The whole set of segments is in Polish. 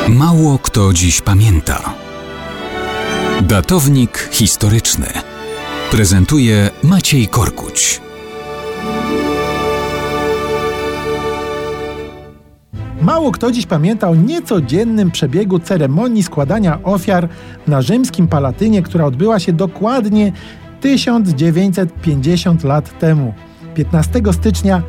Mało kto dziś pamięta. Datownik historyczny prezentuje Maciej Korkuć. Mało kto dziś pamięta o niecodziennym przebiegu ceremonii składania ofiar na rzymskim Palatynie, która odbyła się dokładnie 1950 lat temu, 15 stycznia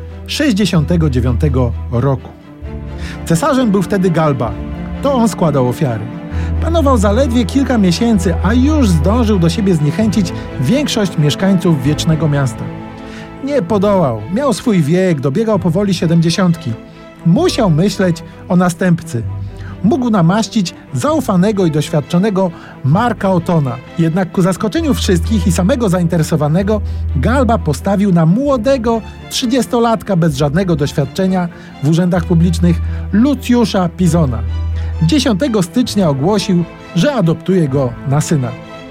69 roku. Cesarzem był wtedy Galba. To on składał ofiary. Panował zaledwie kilka miesięcy, a już zdążył do siebie zniechęcić większość mieszkańców wiecznego miasta. Nie podołał, miał swój wiek, dobiegał powoli 70. Musiał myśleć o następcy. Mógł namaścić zaufanego i doświadczonego Marka Otona. Jednak ku zaskoczeniu wszystkich i samego zainteresowanego Galba postawił na młodego 30-latka bez żadnego doświadczenia w urzędach publicznych Lucjusza Pisona. 10 stycznia ogłosił, że adoptuje go na syna.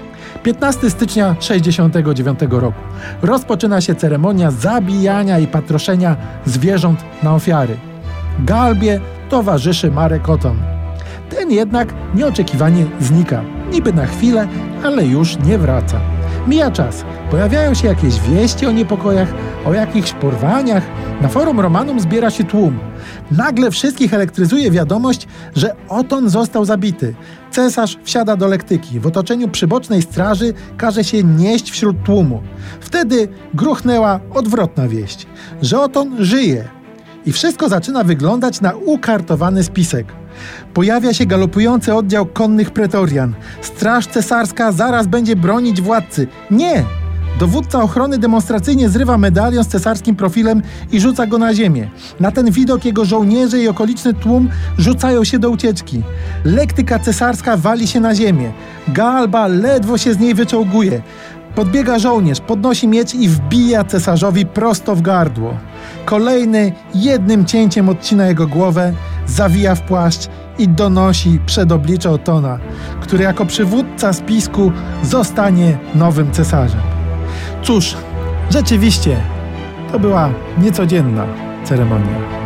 15 stycznia 69 roku rozpoczyna się ceremonia zabijania i patroszenia zwierząt na ofiary. Galbie towarzyszy Marek Oton. Ten jednak nieoczekiwanie znika. Niby na chwilę, ale już nie wraca. Mija czas. Pojawiają się jakieś wieści o niepokojach, o jakichś porwaniach. Na forum Romanum zbiera się tłum. Nagle wszystkich elektryzuje wiadomość, że Oton został zabity. Cesarz wsiada do lektyki. W otoczeniu przybocznej straży każe się nieść wśród tłumu. Wtedy gruchnęła odwrotna wieść, że Oton żyje. I wszystko zaczyna wyglądać na ukartowany spisek. Pojawia się galopujący oddział konnych pretorian. Straż cesarska zaraz będzie bronić władcy. Nie! Dowódca ochrony demonstracyjnie zrywa medalion z cesarskim profilem i rzuca go na ziemię. Na ten widok jego żołnierze i okoliczny tłum rzucają się do ucieczki. Lektyka cesarska wali się na ziemię. Galba ledwo się z niej wyczołguje. Podbiega żołnierz, podnosi miecz i wbija cesarzowi prosto w gardło. Kolejny jednym cięciem odcina jego głowę, zawija w płaszcz i donosi przed oblicze Otona, który jako przywódca spisku zostanie nowym cesarzem. Cóż, rzeczywiście, to była niecodzienna ceremonia.